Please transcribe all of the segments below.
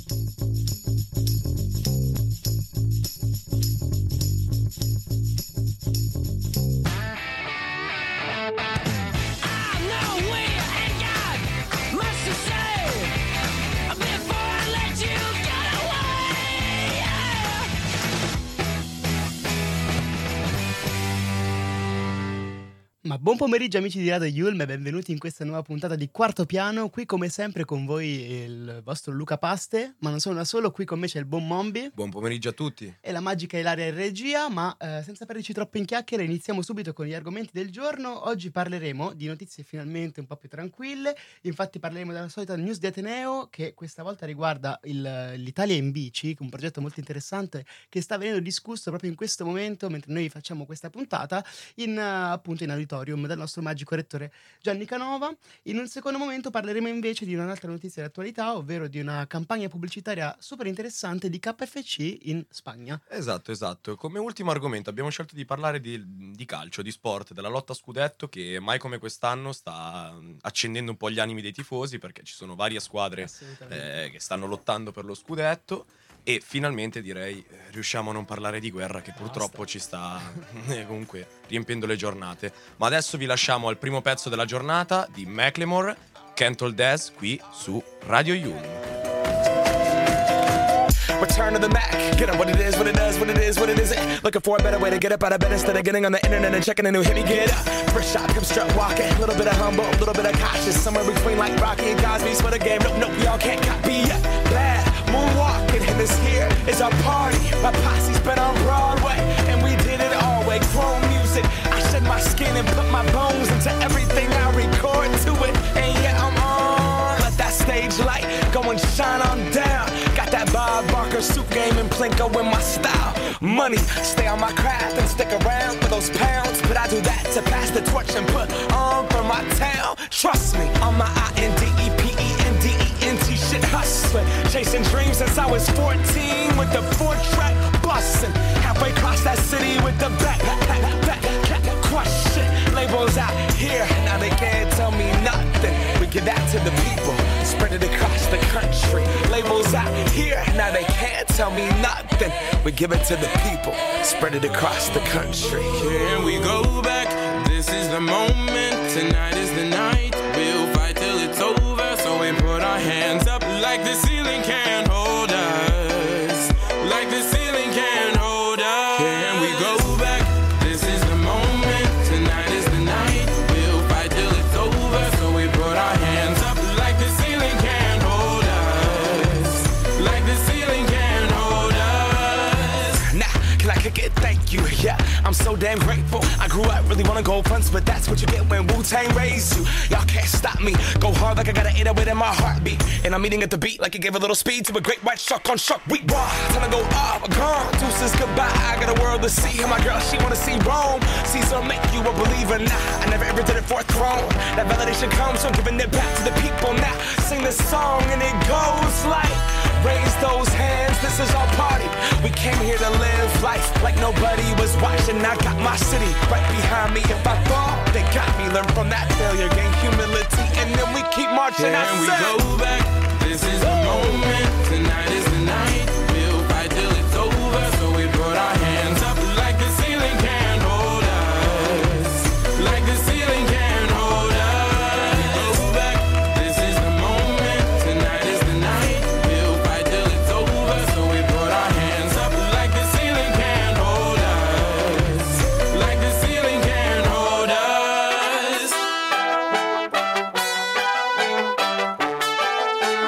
Ma buon pomeriggio amici di Radio Yulm e benvenuti in questa nuova puntata di Quarto Piano. Qui come sempre con voi il vostro Luca Paste, ma non sono da solo, qui con me c'è il buon Mombi. Buon pomeriggio a tutti. E la magica Ilaria in regia, ma senza perderci troppo in chiacchiere iniziamo subito con gli argomenti del giorno. Oggi parleremo di notizie finalmente un po' più tranquille, infatti parleremo della solita news di Ateneo che questa volta riguarda l'Italia in bici, un progetto molto interessante che sta venendo discusso proprio in questo momento mentre noi facciamo questa puntata appunto in auditorium del nostro magico rettore Gianni Canova. In un secondo momento parleremo invece di un'altra notizia di attualità, ovvero di una campagna pubblicitaria super interessante di KFC in Spagna. Esatto. Come ultimo argomento abbiamo scelto di parlare di calcio, di sport, della lotta a scudetto che mai come quest'anno sta accendendo un po' gli animi dei tifosi, perché ci sono varie squadre che stanno lottando per lo scudetto. E finalmente direi riusciamo a non parlare di guerra che purtroppo ci sta comunque riempiendo le giornate. Ma adesso vi lasciamo al primo pezzo della giornata di Macklemore, Can't Hold This, qui su Radio Yulm. Return to the Mac, get up what it is, what it does, what it is, what it isn't. Looking for a better way to get up out of bed instead of getting on the internet and checking a new hit. Me get up, first shot, come strut walking. A little bit of humble, a little bit of cautious. Somewhere between like Rocky and Cosby's for the game. Nope, y'all can't copy yet. Bad moonwalking, and this here is our party. My posse's been on Broadway, and we did it all way. Chrome music, I shed my skin and put my bones into everything I record to it. And yeah, I'm on. Let that stage light go and shine on down. Got that Bob Barker suit game and Plinko in my style. Money, stay on my craft and stick around for those pounds. But I do that to pass the torch and put on for my town. Trust me, on my INDEPENDENT shit hustling. Chasing dreams since I was 14 with the 4-track bustin'. Halfway across that city with the back crush shit. Labels out here, now they can't tell me nothing. We give that to the people, spread it across the country. Labels out here, now they can't tell me nothing. We give it to the people, spread it across the country. Here we go back, this is the moment, tonight is the night. We'll fight till it's over, so we put our hands up like the ceiling can't hold us. Like the ceiling can't hold us. Here we go back, this is the moment, tonight is the night. We'll fight till it's over, so we put our hands up like the ceiling can't hold us. Like the ceiling can't hold us. Nah, can I kick it? Thank you, yeah, I'm so damn grateful. I grew up really wanna go fronts, but that's what you get when Wu-Tang raised you. Y'all can't stop me, go hard like I got an 808 in my heartbeat. And I'm eating at the beat like it gave a little speed to a great white shark on shark week. Raw, time to go off, gone, deuces goodbye. I got a world to see, and my girl, she wanna see Rome. Caesar make you a believer, nah, I never ever did it for a throne. That validation comes from giving it back to the people. Now, sing this song and it goes like, raise those hands, this is our party. We came here to live life like nobody was watching. I got my city right behind me. If I fall, they got me. Learn from that failure, gain humility, and then we keep marching. And we go back, this is the moment, tonight is the night. We'll fight till it's over, so we put our hands up like the ceiling can't hold us. Like the ceiling can't hold us. Go back, this is the moment, tonight is the night. We'll fight till it's over, so we put our hands up like the ceiling can't hold us. Like the ceiling can't hold us.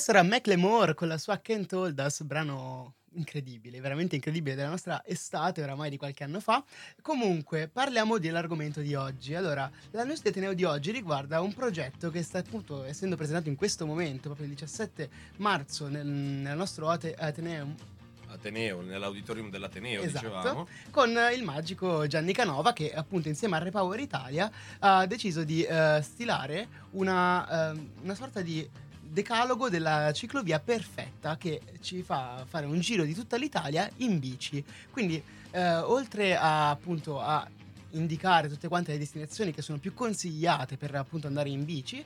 Questo era Macklemore con la sua Can't Hold Us, brano incredibile, veramente incredibile, della nostra estate, oramai di qualche anno fa. Comunque, parliamo dell'argomento di oggi. Allora, la news di Ateneo di oggi riguarda un progetto che sta appunto essendo presentato in questo momento, proprio il 17 marzo, nel nostro Ateneo, nell'auditorium dell'Ateneo, esatto, dicevamo, con il magico Gianni Canova, che appunto insieme a Repower Italia ha deciso di stilare una sorta di decalogo della ciclovia perfetta, che ci fa fare un giro di tutta l'Italia in bici. Quindi oltre a appunto a indicare tutte quante le destinazioni che sono più consigliate per appunto andare in bici,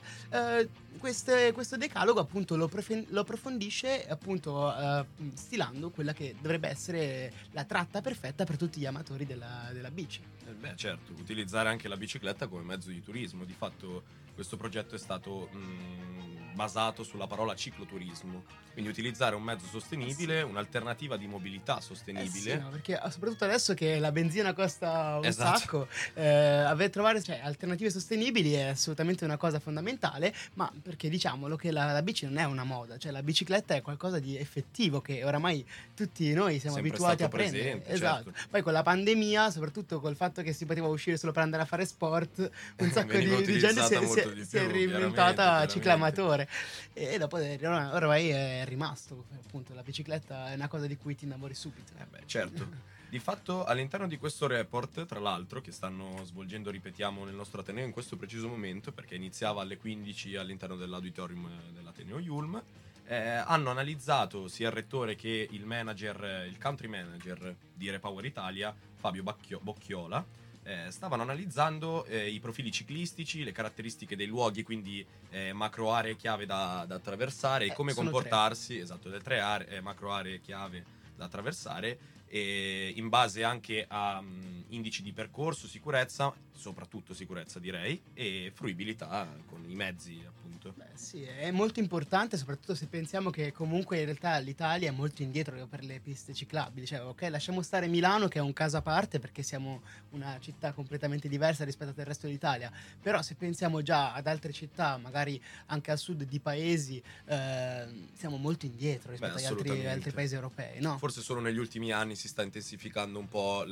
questo decalogo appunto lo approfondisce appunto stilando quella che dovrebbe essere la tratta perfetta per tutti gli amatori della bici. Beh, certo, utilizzare anche la bicicletta come mezzo di turismo. Di fatto questo progetto è stato basato sulla parola cicloturismo, quindi utilizzare un mezzo sostenibile, un'alternativa di mobilità sostenibile. Sì, no, perché soprattutto adesso che la benzina costa un Esatto. sacco, trovare alternative sostenibili è assolutamente una cosa fondamentale, ma perché diciamolo che la bici non è una moda, cioè la bicicletta è qualcosa di effettivo che oramai tutti noi siamo Sempre abituati a stato prendere. presente, Esatto. certo. Poi con la pandemia, soprattutto col fatto che si poteva uscire solo per andare a fare sport, un sacco Veniva di gente utilizzata molto di si è più, reinventata chiaramente. ciclamatore, e dopo ormai è rimasto appunto la bicicletta è una cosa di cui ti innamori subito. Beh, certo. Di fatto all'interno di questo report, tra l'altro, che stanno svolgendo, ripetiamo, nel nostro Ateneo in questo preciso momento, perché iniziava alle 15 all'interno dell'auditorium dell'Ateneo Yulm, hanno analizzato sia il rettore che il country manager di Repower Italia, Fabio Bocchiola. Stavano analizzando i profili ciclistici, le caratteristiche dei luoghi, quindi macro aree chiave da attraversare e come comportarsi, esatto, le 3 macro aree chiave da attraversare, e in base anche a indici di percorso, sicurezza, soprattutto sicurezza direi, e fruibilità con i mezzi appunto. Beh, sì, è molto importante, soprattutto se pensiamo che comunque in realtà l'Italia è molto indietro per le piste ciclabili. Cioè, ok, lasciamo stare Milano, che è un caso a parte perché siamo una città completamente diversa rispetto al resto dell'Italia, però se pensiamo già ad altre città, magari anche al sud di paesi, siamo molto indietro rispetto agli altri paesi europei, no? Forse solo negli ultimi anni si sta intensificando un po'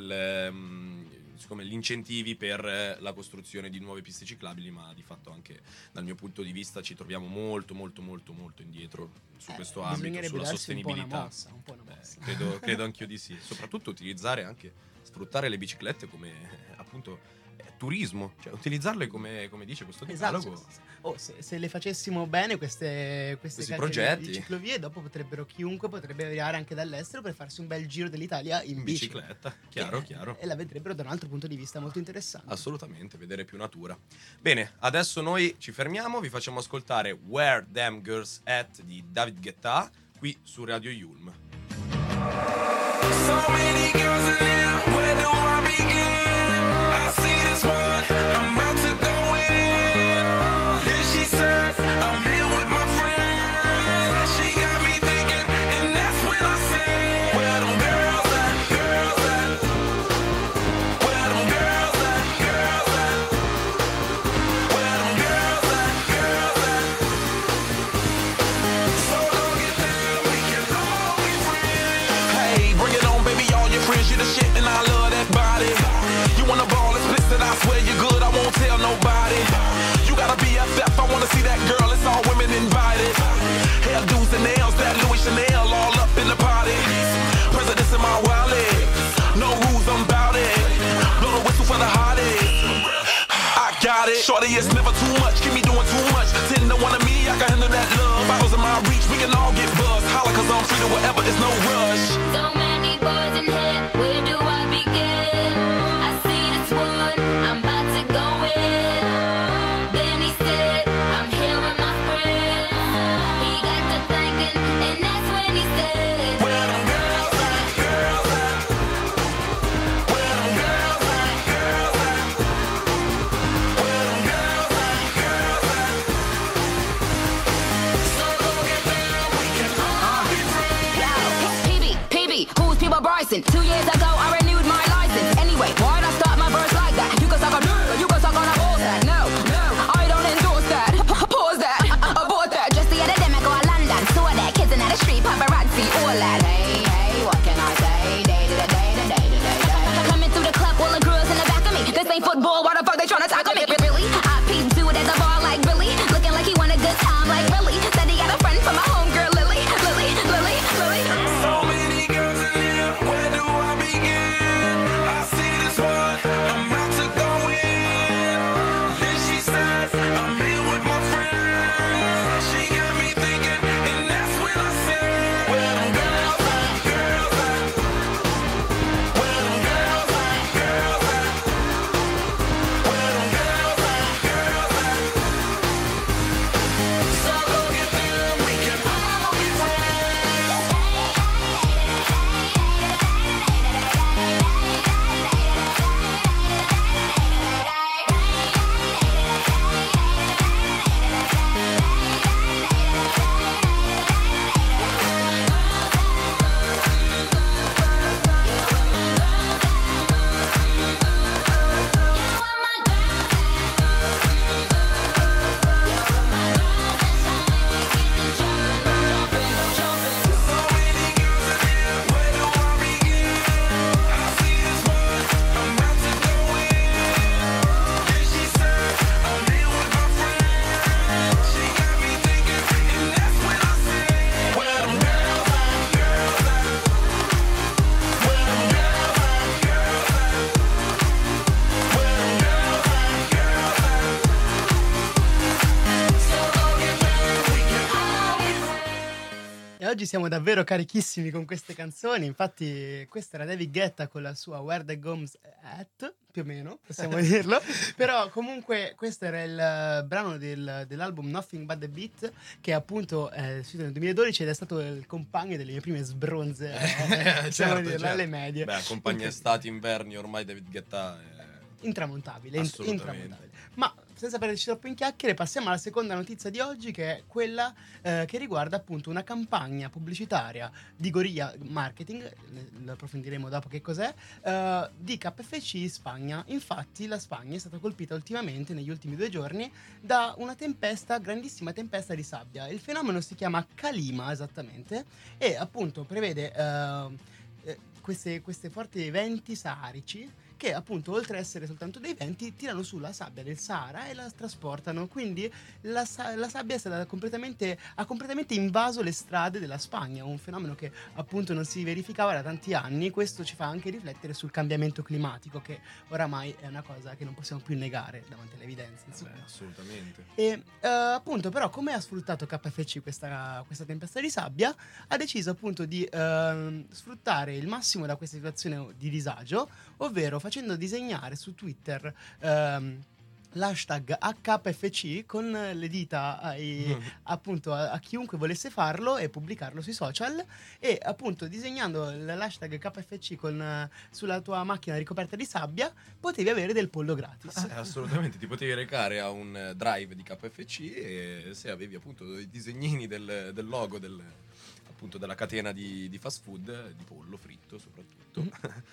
gli incentivi per la costruzione di nuove piste ciclabili, ma di fatto anche dal mio punto di vista ci troviamo molto indietro su questo ambito, sulla sostenibilità. Un po' una mossa. Credo anch'io di sì. Soprattutto sfruttare le biciclette come appunto turismo, cioè utilizzarle come dice questo decalogo. Esatto. Se le facessimo bene questi progetti di ciclovie, dopo chiunque potrebbe arrivare anche dall'estero per farsi un bel giro dell'Italia in bicicletta. Chiaro. E la vedrebbero da un altro punto di vista molto interessante. Assolutamente, vedere più natura. Bene, adesso noi ci fermiamo, vi facciamo ascoltare Where Them Girls At di David Guetta qui su Radio Yulm. So many girls in there, where do I begin? I see this one, I'm about to go in. Then she says, I'm here with my friend. She got me thinking, and that's when I say, where them girls at, girls at? Where them girls at, girls at? Where them girls at, girls at? So don't get down, we can all be friends. Hey, bring it on, baby, all your friends, you the shit and I love that body. You wanna ball explicit, I swear you're good, I won't tell nobody. You gotta be BFF, I wanna see that girl, it's all women invited. Hairdos and nails, that Louis Chanel, all up in the party. Presidents in my wallet, no rules, I'm bout it. Blow the whistle for the hottest. I got it. Shorty, it's never too much, keep me doing too much. 10 to 1 of me, I can handle that love. Bottles in my reach, we can all get buzzed. Holla, cause I'm free to whatever, it's no rush. So many boys in here, where do I begin? I see this one, I'm about to go in. Then he said, I'm here with my friend. He got to thinking, and that's when he said, Where them girls at, girls at? Where them girls at, girls at? Where them girls at, girls at? So go get down, we can all be friends. Yo, PB, who's People Bryson? 2 years ago, I renewed my license. Anyway, why'd I start my verse like that? You can suck on you can suck on a bullset. No, I don't endorse that. Pause that, abort that. Just the other day, I go to London. So the street, paparazzi, all that. Hey, hey, what can I say? Day to the day to day to day to day. Coming through the club, all the girls in the back of me. This ain't football, why the fuck they tryna tackle me? Really? I peeped dude at the bar like Billy, looking like he want a good time like Billy. Said he got a friend from my homegirl Lily, Lily, Lily, Lily. So many girls in here, where do I begin? I see this one, I'm about to go in. Then she says, I'm here with my friends. She got me thinking, and that's when I said, where them girls at, girls at? Where them girls at, girls at? Where them girls at, girls at? So go get them, we can all be friends. E oggi siamo davvero carichissimi con queste canzoni. Infatti questa era David Guetta con la sua Where the Gomes At, più o meno, possiamo dirlo. Però comunque questo era il brano dell'album Nothing But The Beat, che appunto è uscito nel 2012 ed è stato il compagno delle mie prime sbronze possiamo dirlo, alle medie. Beh, compagni estati, inverni, ormai David Guetta è Intramontabile, Assolutamente. intramontabile. Ma senza perderci troppo in chiacchiere, passiamo alla seconda notizia di oggi, che è quella che riguarda appunto una campagna pubblicitaria di guerriglia marketing, lo approfondiremo dopo che cos'è, di KFC in Spagna. Infatti la Spagna è stata colpita ultimamente, negli ultimi 2 giorni, da una tempesta, grandissima tempesta di sabbia. Il fenomeno si chiama Calima, esattamente, e appunto prevede queste forti venti saharici che appunto, oltre ad essere soltanto dei venti, tirano su la sabbia del Sahara e la trasportano. Quindi la sabbia è stata ha completamente invaso le strade della Spagna, un fenomeno che appunto non si verificava da tanti anni. Questo ci fa anche riflettere sul cambiamento climatico, che oramai è una cosa che non possiamo più negare davanti all'evidenza, insomma. assolutamente. E appunto, però, come ha sfruttato KFC questa tempesta di sabbia? Ha deciso appunto di sfruttare il massimo da questa situazione di disagio, ovvero facendo disegnare su Twitter l'hashtag HKFC con le dita appunto a chiunque volesse farlo e pubblicarlo sui social, e appunto disegnando l'hashtag KFC sulla tua macchina ricoperta di sabbia potevi avere del pollo gratis. Assolutamente, ti potevi recare a un drive di KFC e se avevi appunto i disegnini del logo appunto della catena di fast food, di pollo fritto soprattutto,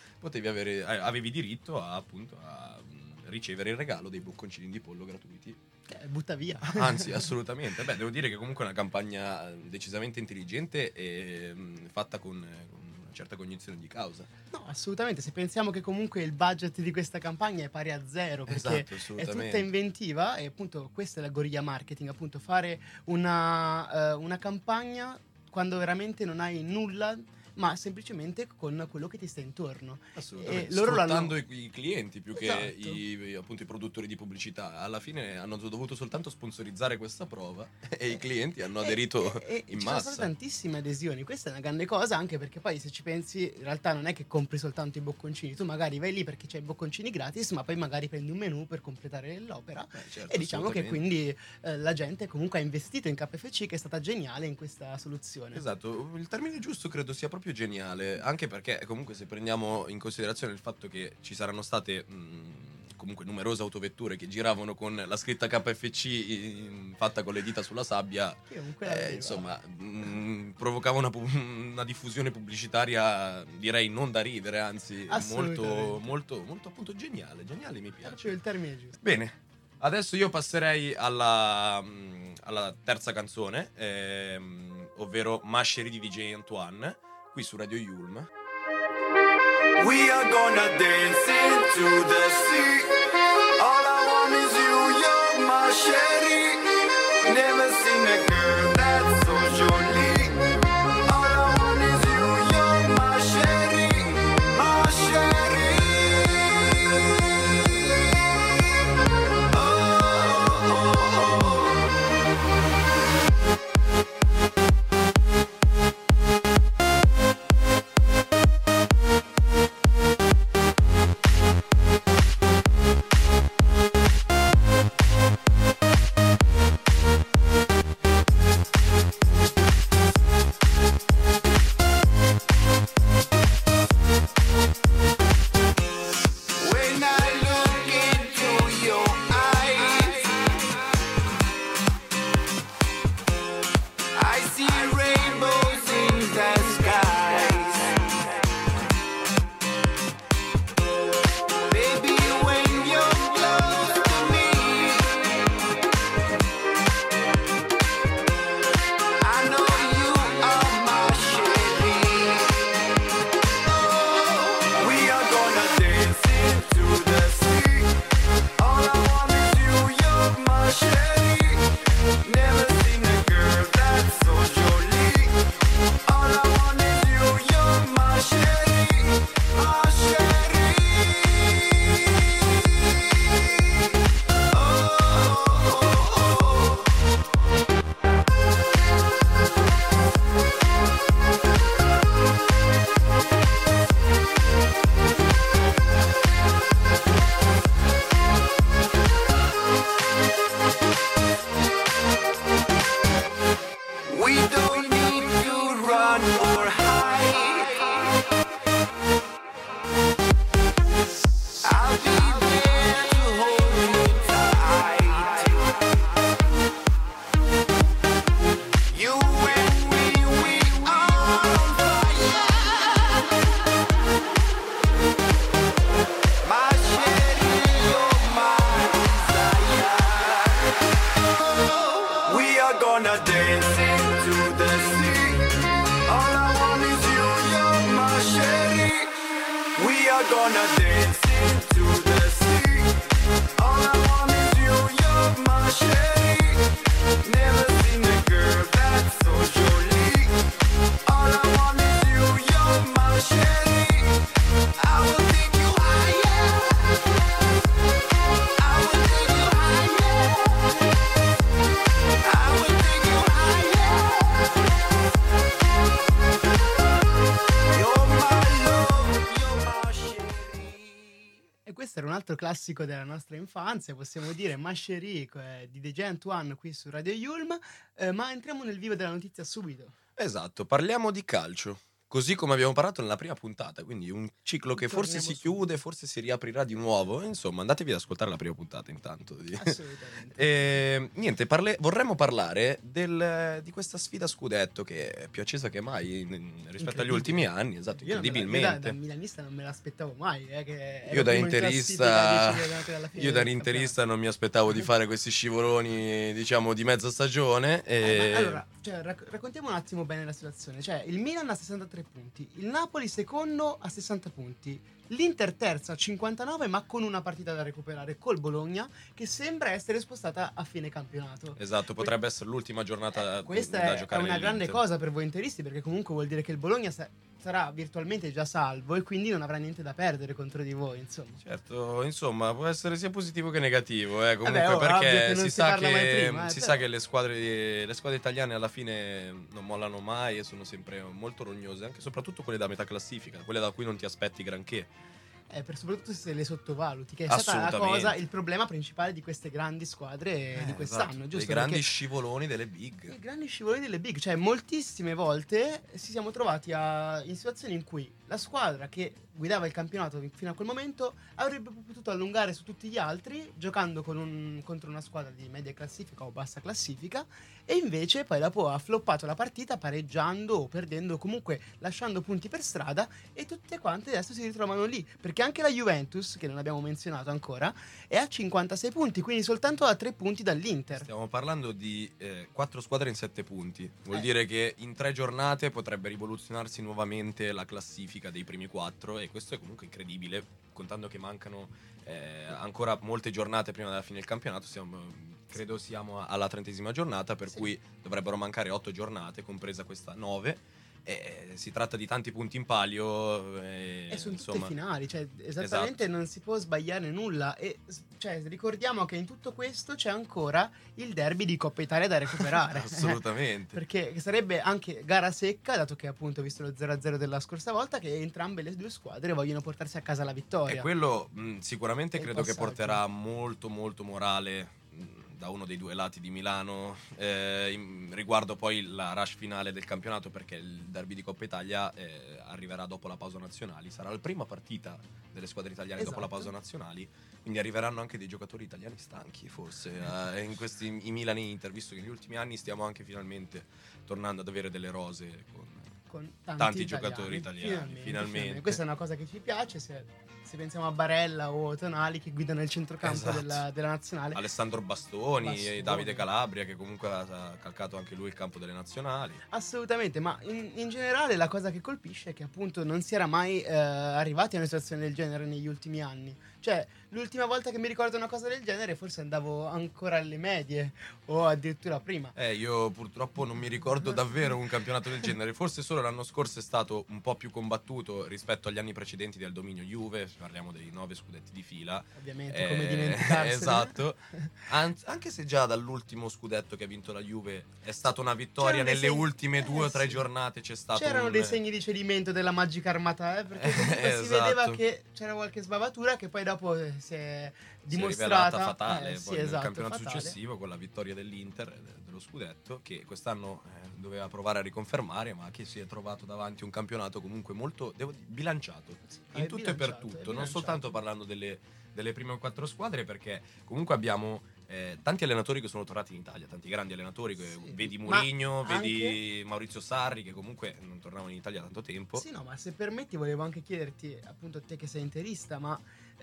avevi diritto a ricevere il regalo dei bocconcini di pollo gratuiti. Butta via. Anzi, assolutamente. Beh, devo dire che comunque è una campagna decisamente intelligente e fatta con una certa cognizione di causa. No, assolutamente. Se pensiamo che comunque il budget di questa campagna è pari a 0, perché Esatto, è tutta inventiva, e appunto questa è la guerriglia marketing, appunto fare una campagna quando veramente non hai nulla, ma semplicemente con quello che ti sta intorno. Assolutamente, E loro sfruttando i clienti più Esatto. che appunto i produttori di pubblicità. Alla fine hanno dovuto soltanto sponsorizzare questa prova e i clienti hanno aderito in ci sono massa. state tantissime adesioni. Questa è una grande cosa, anche perché poi, se ci pensi, in realtà non è che compri soltanto i bocconcini. Tu magari vai lì perché c'hai i bocconcini gratis, ma poi magari prendi un menù per completare l'opera. Certo, E diciamo che assolutamente. quindi la gente comunque ha investito in KFC, che è stata geniale in questa soluzione. Esatto, il termine giusto credo sia proprio geniale, anche perché comunque se prendiamo in considerazione il fatto che ci saranno state comunque numerose autovetture che giravano con la scritta KFC fatta con le dita sulla sabbia, Che comunque l'aveva. insomma provocava una diffusione pubblicitaria, direi non da ridere, anzi molto, Assolutamente. molto, molto appunto geniale, mi È piace. proprio il termine giusto. Bene, adesso io passerei alla terza canzone, ovvero Ma Chérie di DJ Antoine, qui su Radio Yulm. We are gonna dance into the sea. All I want is you, you're my Chérie. Never seen a girl that's so jolie. All I want is you, you're my Chérie, my Chérie. Oh, oh, oh. When I look into your eyes, I see rainbows in the skies. Baby, when you're close to me, I know you are my Chérie. We are gonna dance into the sea. All I want is you, you're my Chérie. Never seen a girl that's so jolie. All I want is you, you're my Chérie, my Chérie. Oh, oh, oh. We don't need to run or hide. I'll be there to hold you tight. You and me, we are on fire. My Chérie, you're my desire. We are gonna dance into the sea. All I want is you, you're my Chérie. We are gonna dance into the sea. All I want is you, you're my Chérie. Never seen a girl that's so jolie. All I want is you, you're my Chérie. I will take you higher. I will take you higher. I will take you higher. You're my love, you're my Chérie. E questo era un altro classico della nostra infanzia, possiamo dire, Ma Chérie di DJ Antoine qui su Radio Yulm. Ma entriamo nel vivo della notizia subito. Esatto, parliamo di calcio. Così come abbiamo parlato nella prima puntata, quindi un ciclo che forse Torniamo si chiude, forse si riaprirà di nuovo. Insomma, andatevi ad ascoltare la prima puntata intanto. Assolutamente. Niente, vorremmo parlare di questa sfida a scudetto che è più accesa che mai rispetto agli ultimi anni, esatto, Io incredibilmente. da milanista non me l'aspettavo mai, che Io ero da primo in interista, classifica, 10 km dalla fine io da del interista non mi aspettavo di fare questi scivoloni, diciamo, di mezza stagione. Ma allora, raccontiamo un attimo bene la situazione. Cioè, il Milan ha 63 punti, il Napoli secondo a 60 punti, l'Inter terza a 59, ma con una partita da recuperare col Bologna, che sembra essere spostata a fine campionato. Esatto, potrebbe essere l'ultima giornata Questa da è giocare una grande nell'Inter. cosa per voi interisti, perché comunque vuol dire che il Bologna sarà virtualmente già salvo e quindi non avrà niente da perdere contro di voi, insomma. Certo, insomma, può essere sia positivo che negativo, comunque, Vabbè, ovvio perché che non si si sa parla mai che, prima, si però. sa che le squadre italiane alla fine non mollano mai e sono sempre molto rognose, anche soprattutto quelle da metà classifica, quelle da cui non ti aspetti granché. Soprattutto se le sottovaluti, che è stata la Assolutamente. cosa, il problema principale di queste grandi squadre di quest'anno, Esatto, giusto? dei grandi Perché scivoloni delle i big. grandi scivoloni delle big, cioè moltissime volte ci siamo trovati in situazioni in cui la squadra che guidava il campionato fino a quel momento avrebbe potuto allungare su tutti gli altri giocando contro una squadra di media classifica o bassa classifica, e invece poi dopo ha floppato la partita pareggiando o perdendo, comunque lasciando punti per strada, e tutte quante adesso si ritrovano lì perché perché anche la Juventus, che non abbiamo menzionato ancora, è a 56 punti, quindi soltanto a 3 punti dall'Inter. Stiamo parlando di 4 squadre in 7 punti. Vuol dire che in 3 giornate potrebbe rivoluzionarsi nuovamente la classifica dei primi 4, e questo è comunque incredibile, contando che mancano ancora molte giornate prima della fine del campionato. Credo siamo alla 30ª giornata, per cui dovrebbero mancare 8 giornate, compresa questa 9. Si tratta di tanti punti in palio e sono tutte finali, cioè esattamente. Esatto. Non si può sbagliare nulla, e cioè, ricordiamo che in tutto questo c'è ancora il derby di Coppa Italia da recuperare. Assolutamente. Perché sarebbe anche gara secca, dato che appunto, visto lo 0-0 della scorsa volta, che entrambe le due squadre vogliono portarsi a casa la vittoria. E quello sicuramente credo che porterà molto molto morale da uno dei due lati di Milano riguardo poi la rush finale del campionato, perché il derby di Coppa Italia arriverà dopo la pausa nazionali, sarà la prima partita delle squadre italiane dopo la pausa nazionali, quindi arriveranno anche dei giocatori italiani stanchi forse in questi i Milan e Inter, visto che negli ultimi anni stiamo anche finalmente tornando ad avere delle rose con tanti giocatori italiani finalmente. Questa è una cosa che ci piace, se pensiamo a Barella o Tonali che guidano il centrocampo della nazionale. Alessandro Bastoni e Davide Calabria, che comunque ha calcato anche lui il campo delle nazionali. Assolutamente, ma in generale la cosa che colpisce è che appunto non si era mai arrivati a una situazione del genere negli ultimi anni. Cioè, l'ultima volta che mi ricordo una cosa del genere forse andavo ancora alle medie o addirittura prima. Io purtroppo non mi ricordo davvero un campionato del genere. Forse solo l'anno scorso è stato un po' più combattuto rispetto agli anni precedenti del dominio Juve. Parliamo dei 9 scudetti di fila. Ovviamente, come dimenticarsene. Esatto. Anche se già dall'ultimo scudetto che ha vinto la Juve è stata una vittoria, nelle ultime 2 o 3 giornate c'erano dei segni di cedimento della magica armata, perché comunque si vedeva che c'era qualche sbavatura che poi dopo si è dimostrata fatale nel campionato successivo, con la vittoria dell'Inter dello scudetto, che quest'anno doveva provare a riconfermare, ma che si è trovato davanti un campionato comunque molto bilanciato in tutto e per tutto, non soltanto parlando delle prime 4 squadre, perché comunque abbiamo tanti allenatori che sono tornati in Italia, tanti grandi allenatori, vedi Mourinho, vedi Maurizio Sarri, che comunque non tornavano in Italia da tanto tempo. Sì, no, ma se permetti volevo anche chiederti, appunto te che sei interista, ma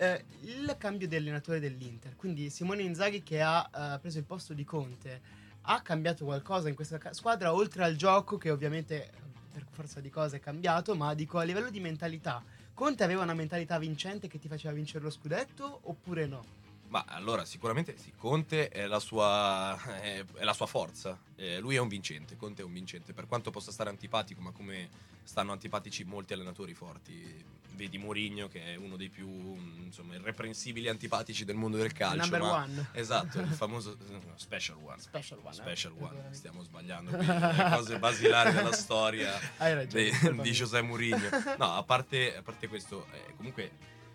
il cambio di allenatore dell'Inter, quindi Simone Inzaghi che ha preso il posto di Conte, ha cambiato qualcosa in questa squadra, oltre al gioco che ovviamente per forza di cose è cambiato, ma dico a livello di mentalità, Conte aveva una mentalità vincente che ti faceva vincere lo scudetto oppure no? Ma allora sicuramente sì, Conte è la sua forza, lui è un vincente, Conte è un vincente, per quanto possa stare antipatico, ma come stanno antipatici molti allenatori forti. Vedi Mourinho, che è uno dei più irreprensibili antipatici del mondo del calcio. Number one. Esatto, il famoso special one. Special one. Stiamo sbagliando qui, le cose basilari della storia di José Mourinho. No, a parte questo, comunque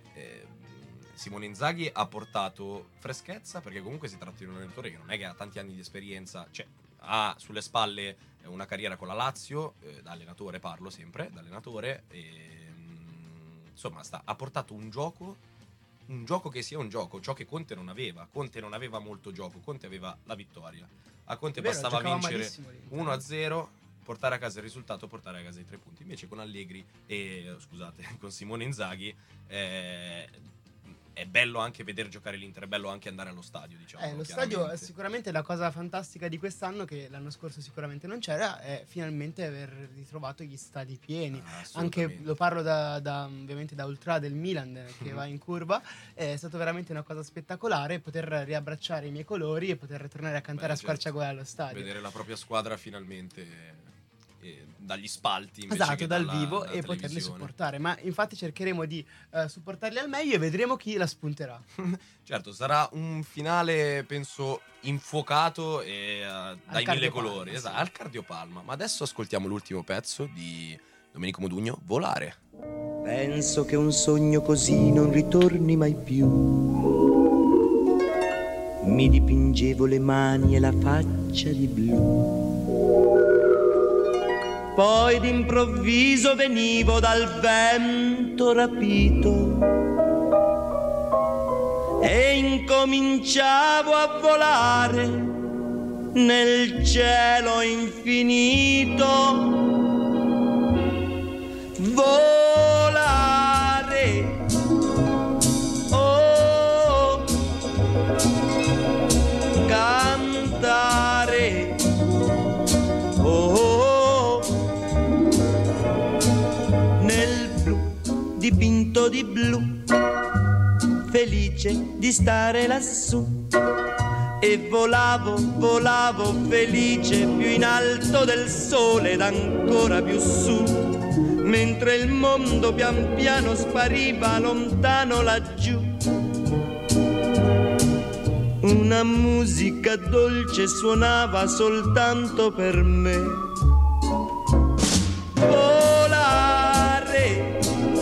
Simone Inzaghi ha portato freschezza, perché comunque si tratta di un allenatore che non è che ha tanti anni di esperienza, cioè ha sulle spalle una carriera con la Lazio, da allenatore parlo sempre, da allenatore, insomma ha portato un gioco che sia un gioco, ciò che Conte non aveva. Conte non aveva molto gioco, Conte aveva la vittoria. A Conte bastava vincere 1-0, portare a casa il risultato, portare a casa i 3 punti. Invece con Allegri con Simone Inzaghi è bello anche vedere giocare l'Inter, è bello anche andare allo stadio, diciamo. Lo stadio è sicuramente la cosa fantastica di quest'anno, che l'anno scorso sicuramente non c'era, è finalmente aver ritrovato gli stadi pieni. Anche lo parlo ovviamente da ultra del Milan che va in curva, è stato veramente una cosa spettacolare poter riabbracciare i miei colori e poter tornare a cantare a squarciagola allo stadio. Vedere la propria squadra finalmente dagli spalti invece che dal vivo e poterli supportare, ma infatti cercheremo di supportarli al meglio e vedremo chi la spunterà. Certo, sarà un finale penso infuocato e dai 1000 colori, esatto, al cardiopalma. Ma adesso ascoltiamo l'ultimo pezzo di Domenico Modugno, Volare. Penso che un sogno così non ritorni mai più. Mi dipingevo le mani e la faccia di blu. Poi d'improvviso venivo dal vento rapito e incominciavo a volare nel cielo infinito. Volare dipinto di blu, felice di stare lassù. E volavo, volavo felice più in alto del sole ed ancora più su, mentre il mondo pian piano spariva lontano laggiù. Una musica dolce suonava soltanto per me. Volare,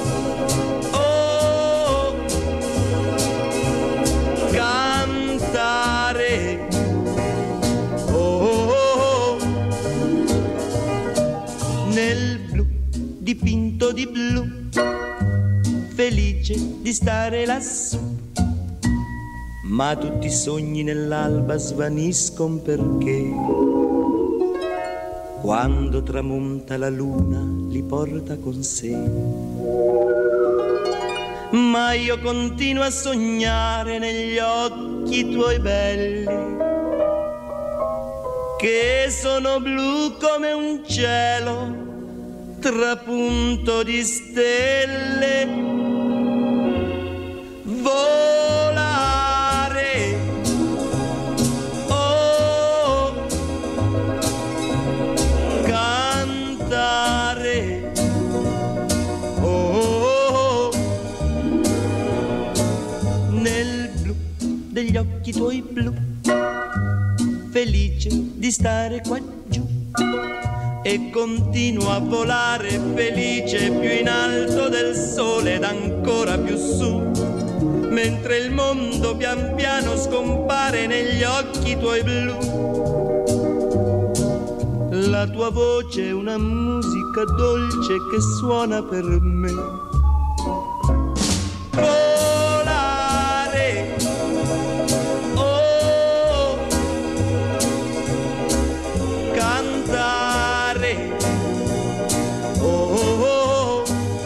oh, cantare, oh, nel blu dipinto di blu, felice di stare lassù. Ma tutti i sogni nell'alba svaniscono perché quando tramonta la luna li porta con sé. Ma io continuo a sognare negli occhi tuoi belli, che sono blu come un cielo trapunto di stelle. Volare, oh, cantare, oh, nel blu degli occhi tuoi blu, felice di stare qua giù. E continuo a volare felice più in alto del sole ed ancora più su, mentre il mondo pian piano scompare negli occhi tuoi blu. La tua voce è una musica dolce che suona per me. Volare, oh, cantare, oh,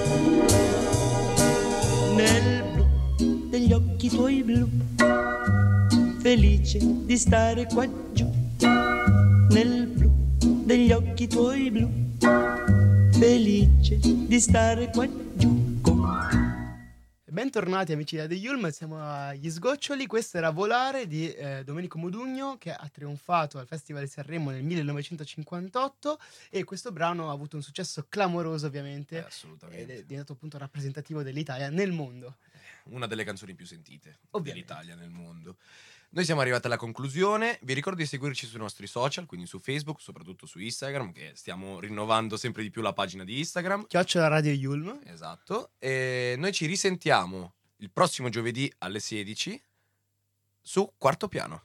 nel blu degli occhi tuoi blu, felice di stare qua giù. Nel blu degli occhi tuoi blu, felice di stare qua giù con te. Bentornati amici da The Yulm, siamo agli sgoccioli. Questo era Volare di Domenico Modugno, che ha trionfato al Festival di Sanremo nel 1958, e questo brano ha avuto un successo clamoroso ovviamente, assolutamente. ed è diventato appunto rappresentativo dell'Italia nel mondo. Una delle canzoni più sentite Ovviamente. dell'Italia nel mondo. Noi siamo arrivati alla conclusione. Vi ricordo di seguirci sui nostri social, quindi su Facebook, soprattutto su Instagram, che stiamo rinnovando sempre di più la pagina di Instagram. @ Radio Yulm. Esatto. E noi ci risentiamo il prossimo giovedì alle 16 su Quarto Piano.